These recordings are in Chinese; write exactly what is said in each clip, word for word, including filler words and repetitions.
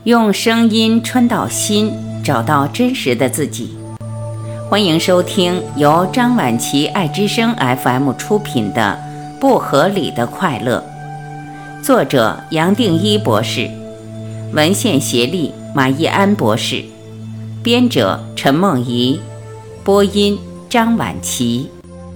用声音穿到心，找到真实的自己。欢迎收听由张晚琪爱之声 F M 出品的《不合理的快乐》，作者杨定一博士，文献协力马义安博士，编者陈梦怡，播音张晚琪。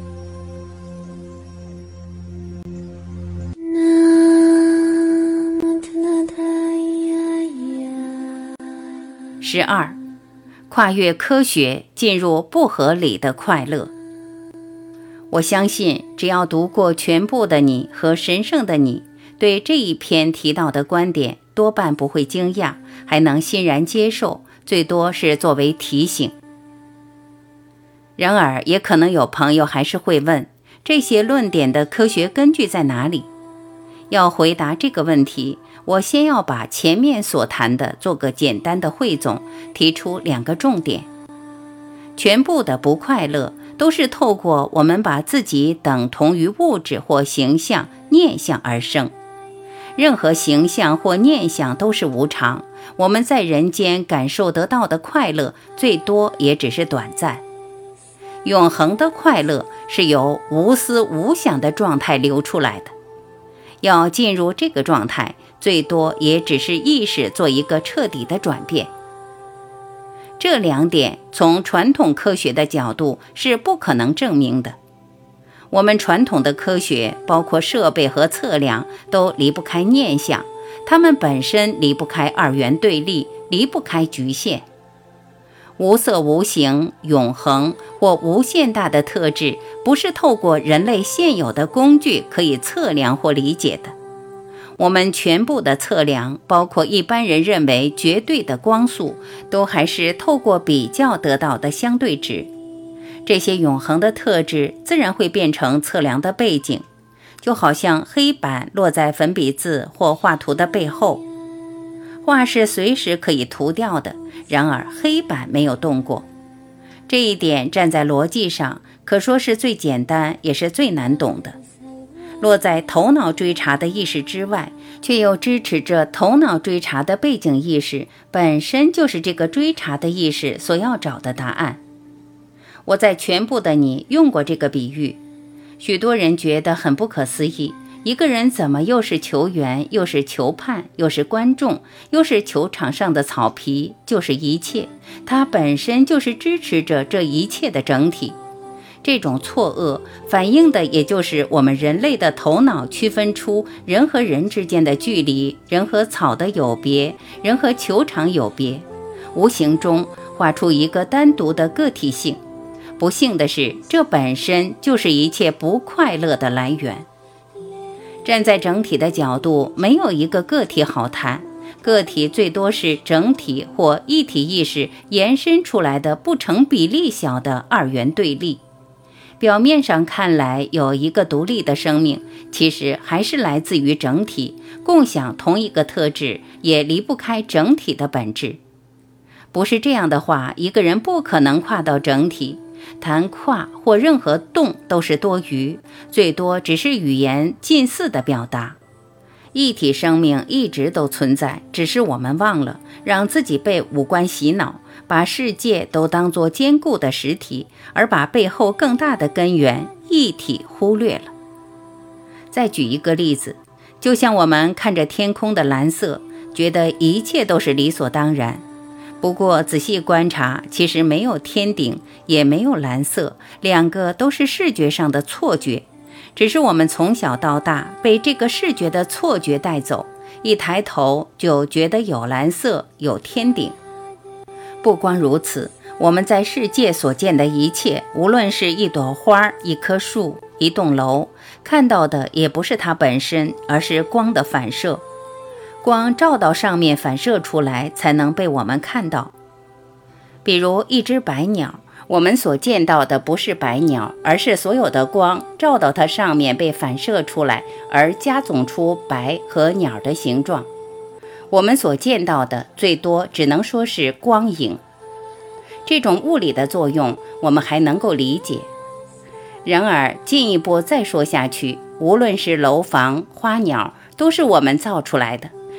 十二，跨越科学，进入不合理的快乐。我相信，只要读过全部的你和神圣的你，对这一篇提到的观点多半不会惊讶，还能欣然接受，最多是作为提醒。然而，也可能有朋友还是会问，这些论点的科学根据在哪里？要回答这个问题，我先要把前面所谈的做个简单的汇总，提出两个重点。全部的不快乐都是透过我们把自己等同于物质或形象、念想而生。任何形象或念想都是无常，我们在人间感受得到的快乐，最多也只是短暂。永恒的快乐是由无思无想的状态流出来的。要进入这个状态，最多也只是意识做一个彻底的转变。这两点从传统科学的角度是不可能证明的。我们传统的科学，包括设备和测量，都离不开念想，它们本身离不开二元对立，离不开局限。无色无形、永恒或无限大的特质，不是透过人类现有的工具可以测量或理解的。我们全部的测量，包括一般人认为绝对的光速，都还是透过比较得到的相对值。这些永恒的特质自然会变成测量的背景，就好像黑板落在粉笔字或画图的背后。画是随时可以涂掉的，然而黑板没有动过。这一点站在逻辑上，可说是最简单也是最难懂的。落在头脑追查的意识之外，却又支持着头脑追查的背景意识，本身就是这个追查的意识所要找的答案。我在全部的你用过这个比喻，许多人觉得很不可思议，一个人怎么又是球员，又是球判，又是观众，又是球场上的草皮，就是一切，他本身就是支持着这一切的整体。这种错愕反映的也就是我们人类的头脑区分出人和人之间的距离，人和草的有别，人和球场有别，无形中画出一个单独的个体性。不幸的是，这本身就是一切不快乐的来源。站在整体的角度，没有一个个体好谈，个体最多是整体或一体意识延伸出来的不成比例小的二元对立。表面上看来有一个独立的生命，其实还是来自于整体，共享同一个特质，也离不开整体的本质。不是这样的话，一个人不可能跨到整体，谈跨或任何动都是多余，最多只是语言近似的表达。一体生命一直都存在，只是我们忘了，让自己被五官洗脑，把世界都当作坚固的实体，而把背后更大的根源一体忽略了。再举一个例子，就像我们看着天空的蓝色，觉得一切都是理所当然。不过仔细观察，其实没有天顶，也没有蓝色，两个都是视觉上的错觉，只是我们从小到大被这个视觉的错觉带走，一抬头就觉得有蓝色，有天顶。不光如此，我们在世界所见的一切，无论是一朵花、一棵树、一栋楼，看到的也不是它本身，而是光的反射。光照到上面反射出来，才能被我们看到。比如一只白鸟，我们所见到的不是白鸟，而是所有的光照到它上面被反射出来，而加总出白和鸟的形状。我们所见到的最多只能说是光影。这种物理的作用我们还能够理解。然而进一步再说下去，无论是楼房、花鸟，都是我们造出来的，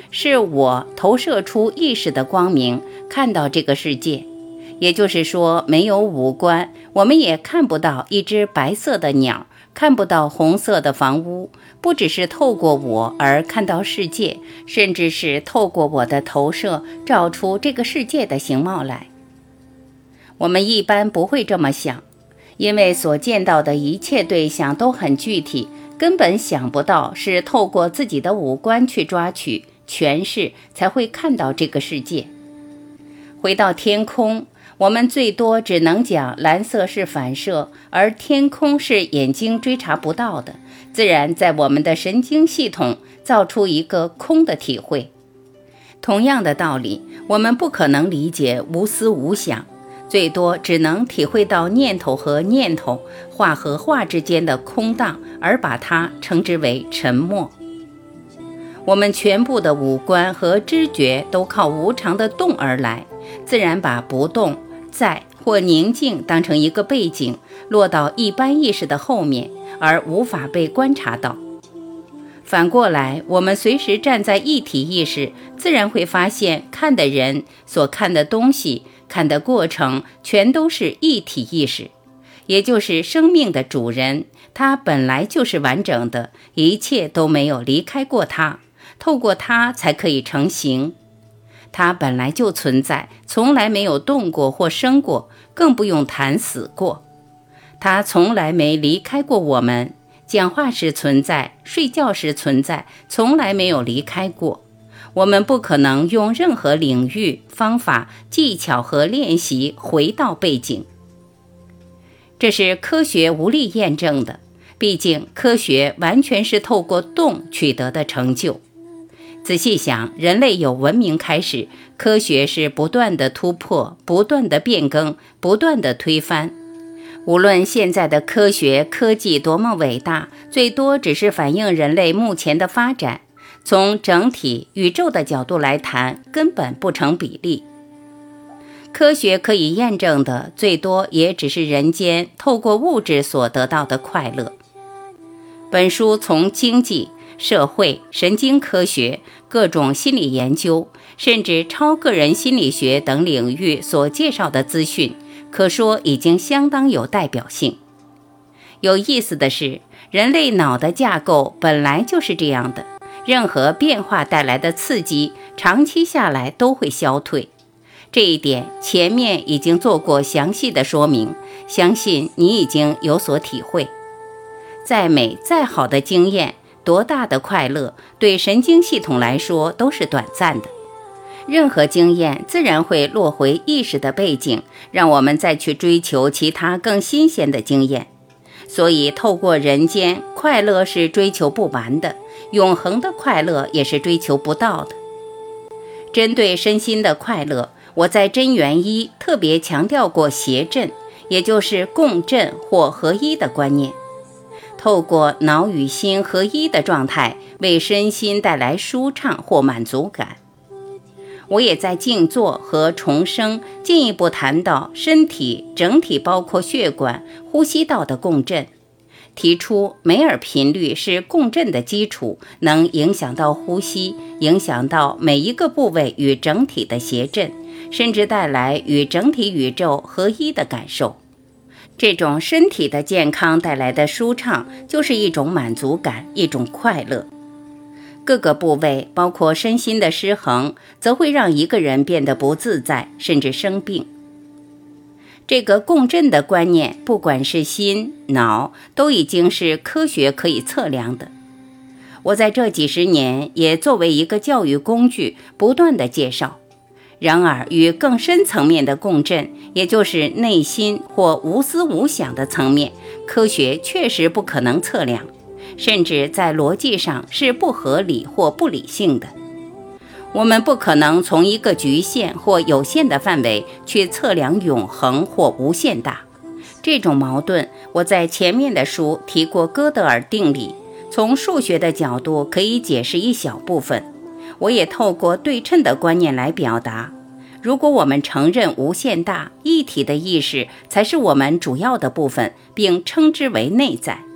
是我投射出意识的光明，看到这个世界。也就是说，没有五官，我们也看不到一只白色的鸟，看不到红色的房屋，不只是透过我而看到世界，甚至是透过我的投射照出这个世界的形貌来。我们一般不会这么想，因为所见到的一切对象都很具体，根本想不到是透过自己的五官去抓取、诠释，才会看到这个世界。回到天空，我们最多只能讲蓝色是反射，而天空是眼睛追查不到的，自然在我们的神经系统造出一个空的体会。同样的道理，我们不可能理解无思无想，最多只能体会到念头和念头、话和话之间的空荡，而把它称之为沉默。我们全部的五官和知觉都靠无常的动而来，自然把不动、在或宁静当成一个背景，落到一般意识的后面，而无法被观察到。反过来，我们随时站在一体意识，自然会发现看的人、所看的东西、看的过程，全都是一体意识，也就是生命的主人，它本来就是完整的，一切都没有离开过它，透过它才可以成形。它本来就存在，从来没有动过或生过，更不用谈死过。它从来没离开过我们，讲话时存在，睡觉时存在，从来没有离开过。我们不可能用任何领域、方法、技巧和练习回到背景。这是科学无力验证的，毕竟科学完全是透过动取得的成就。仔细想，人类有文明开始，科学是不断的突破，不断的变更，不断的推翻。无论现在的科学科技多么伟大，最多只是反映人类目前的发展，从整体宇宙的角度来谈，根本不成比例。科学可以验证的，最多也只是人间透过物质所得到的快乐。本书从经济、社会、神经科学、各种心理研究，甚至超个人心理学等领域所介绍的资讯，可说已经相当有代表性。有意思的是，人类脑的架构本来就是这样的，任何变化带来的刺激，长期下来都会消退。这一点前面已经做过详细的说明，相信你已经有所体会。再美再好的经验，多大的快乐，对神经系统来说都是短暂的。任何经验自然会落回意识的背景，让我们再去追求其他更新鲜的经验。所以透过人间，快乐是追求不完的，永恒的快乐也是追求不到的。针对身心的快乐，我在真元一特别强调过谐振，也就是共振或合一的观念。透过脑与心合一的状态，为身心带来舒畅或满足感。我也在静坐和重生进一步谈到身体整体包括血管、呼吸道的共振，提出梅尔频率是共振的基础，能影响到呼吸，影响到每一个部位与整体的谐振，甚至带来与整体宇宙合一的感受。这种身体的健康带来的舒畅，就是一种满足感，一种快乐。各个部位，包括身心的失衡，则会让一个人变得不自在，甚至生病。这个共振的观念，不管是心、脑，都已经是科学可以测量的。我在这几十年也作为一个教育工具，不断的介绍。然而，与更深层面的共振，也就是内心或无思无想的层面，科学确实不可能测量，甚至在逻辑上是不合理或不理性的。我们不可能从一个局限或有限的范围去测量永恒或无限大。这种矛盾，我在前面的书提过哥德尔定理，从数学的角度可以解释一小部分。我也透过对称的观念来表达，如果我们承认无限大一体的意识才是我们主要的部分，并称之为内在，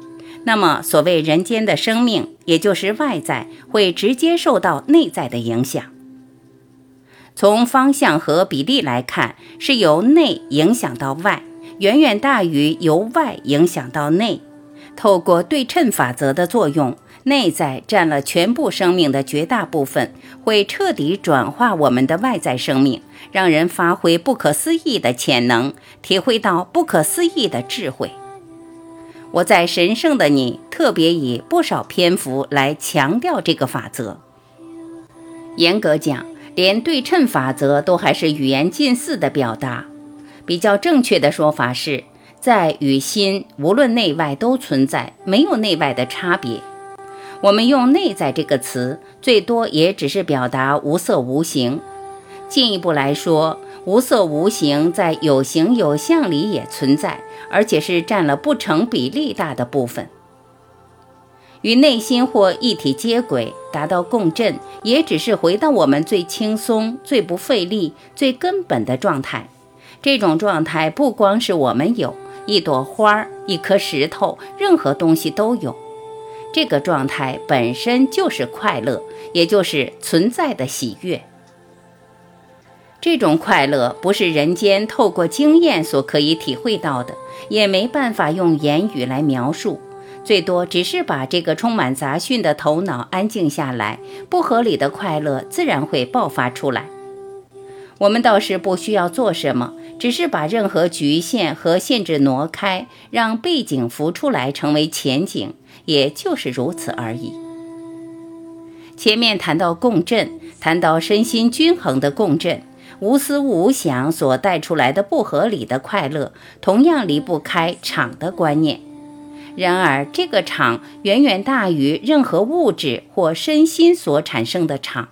那么所谓人间的生命，也就是外在，会直接受到内在的影响。从方向和比例来看，是由内影响到外，远远大于由外影响到内。透过对称法则的作用，内在占了全部生命的绝大部分，会彻底转化我们的外在生命，让人发挥不可思议的潜能，体会到不可思议的智慧。我在神圣的你特别以不少篇幅来强调这个法则。严格讲，连对称法则都还是语言近似的表达。比较正确的说法是，在与心无论内外都存在，没有内外的差别。我们用内在这个词，最多也只是表达无色无形。进一步来说，无色无形在有形有相里也存在，而且是占了不成比例大的部分。与内心或一体接轨，达到共振，也只是回到我们最轻松、最不费力、最根本的状态。这种状态不光是我们有，一朵花、一颗石头，任何东西都有。这个状态本身就是快乐，也就是存在的喜悦。这种快乐不是人间透过经验所可以体会到的，也没办法用言语来描述，最多只是把这个充满杂讯的头脑安静下来，不合理的快乐自然会爆发出来。我们倒是不需要做什么，只是把任何局限和限制挪开，让背景浮出来成为前景，也就是如此而已。前面谈到共振，谈到身心均衡的共振，无思无想所带出来的不合理的快乐，同样离不开场的观念。然而这个场远远大于任何物质或身心所产生的场。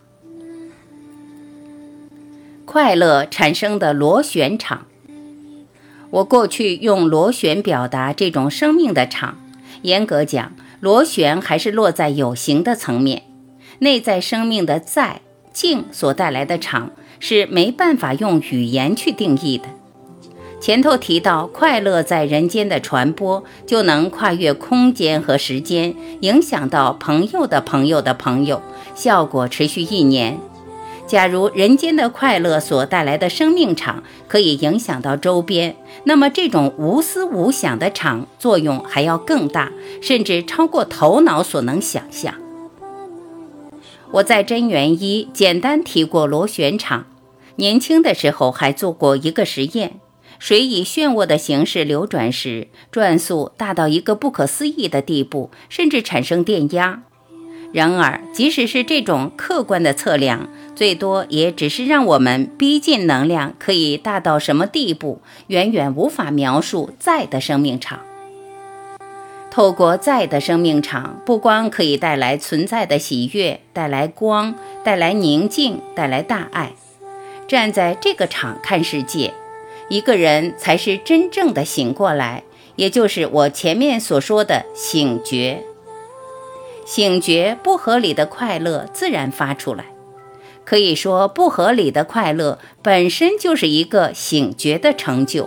快乐产生的螺旋场，我过去用螺旋表达这种生命的场，严格讲，螺旋还是落在有形的层面。内在生命的在静所带来的场，是没办法用语言去定义的。前头提到快乐在人间的传播，就能跨越空间和时间，影响到朋友的朋友的朋友，效果持续一年。假如人间的快乐所带来的生命场可以影响到周边，那么这种无思无想的场作用还要更大，甚至超过头脑所能想象。我在真元一简单提过螺旋场，年轻的时候还做过一个实验，水以漩涡的形式流转时，转速大到一个不可思议的地步，甚至产生电压。然而即使是这种客观的测量，最多也只是让我们逼近能量可以大到什么地步，远远无法描述在的生命场。透过在的生命场，不光可以带来存在的喜悦，带来光，带来宁静，带来大爱。站在这个场看世界，一个人才是真正的醒过来，也就是我前面所说的醒觉。醒觉，不合理的快乐自然发出来。可以说，不合理的快乐本身就是一个醒觉的成就。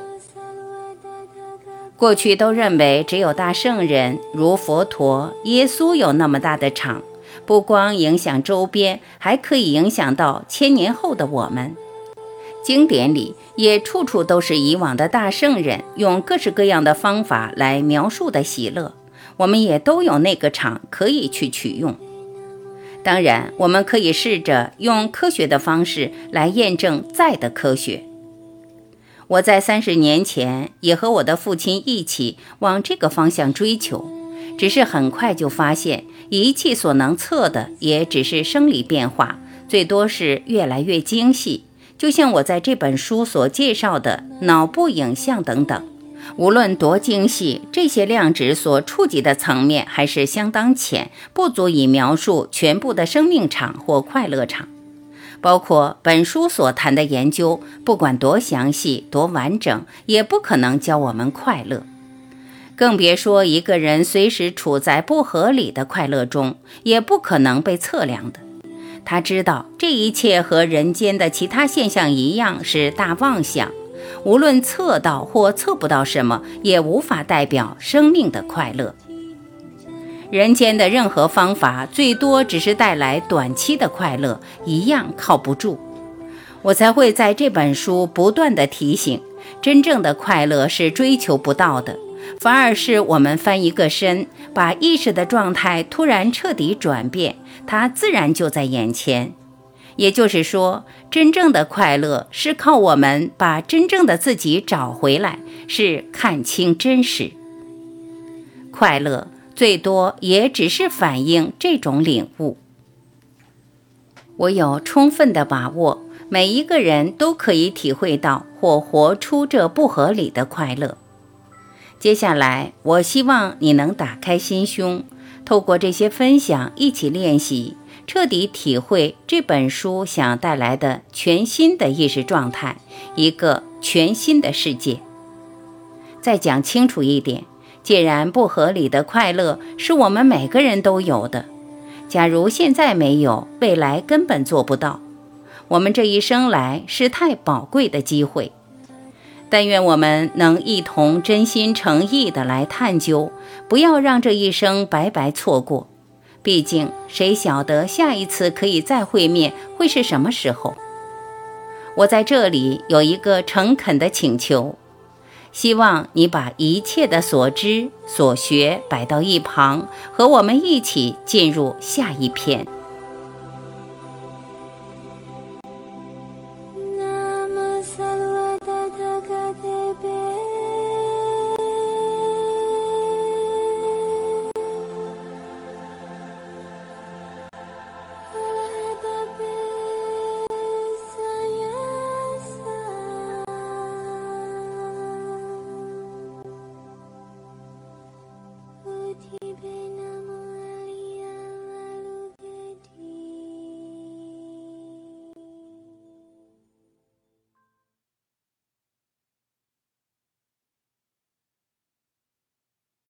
过去都认为只有大圣人如佛陀、耶稣有那么大的场，不光影响周边，还可以影响到千年后的我们。经典里也处处都是以往的大圣人用各式各样的方法来描述的喜乐，我们也都有那个场可以去取用。当然，我们可以试着用科学的方式来验证在的科学。我在三十年前也和我的父亲一起往这个方向追求，只是很快就发现，仪器所能测的也只是生理变化，最多是越来越精细，就像我在这本书所介绍的脑部影像等等。无论多精细，这些量值所触及的层面还是相当浅，不足以描述全部的生命场或快乐场。包括本书所谈的研究，不管多详细多完整，也不可能教我们快乐。更别说一个人随时处在不合理的快乐中，也不可能被测量的。他知道这一切和人间的其他现象一样是大妄想，无论测到或测不到什么，也无法代表生命的快乐。 人间的任何方法最多只是带来短期的快乐，一样靠不住。我才会在这本书不断地提醒，真正的快乐是追求不到的，反而是我们翻一个身，把意识的状态突然彻底转变，它自然就在眼前。也就是说，真正的快乐是靠我们把真正的自己找回来，是看清真实。快乐最多也只是反映这种领悟。我有充分的把握，每一个人都可以体会到或活出这不合理的快乐。接下来，我希望你能打开心胸，透过这些分享一起练习，彻底体会这本书想带来的全新的意识状态，一个全新的世界。再讲清楚一点，既然不合理的快乐是我们每个人都有的，假如现在没有，未来根本做不到。我们这一生来是太宝贵的机会，但愿我们能一同真心诚意地来探究，不要让这一生白白错过。毕竟谁晓得下一次可以再会面会是什么时候。我在这里有一个诚恳的请求，希望你把一切的所知所学摆到一旁，和我们一起进入下一篇。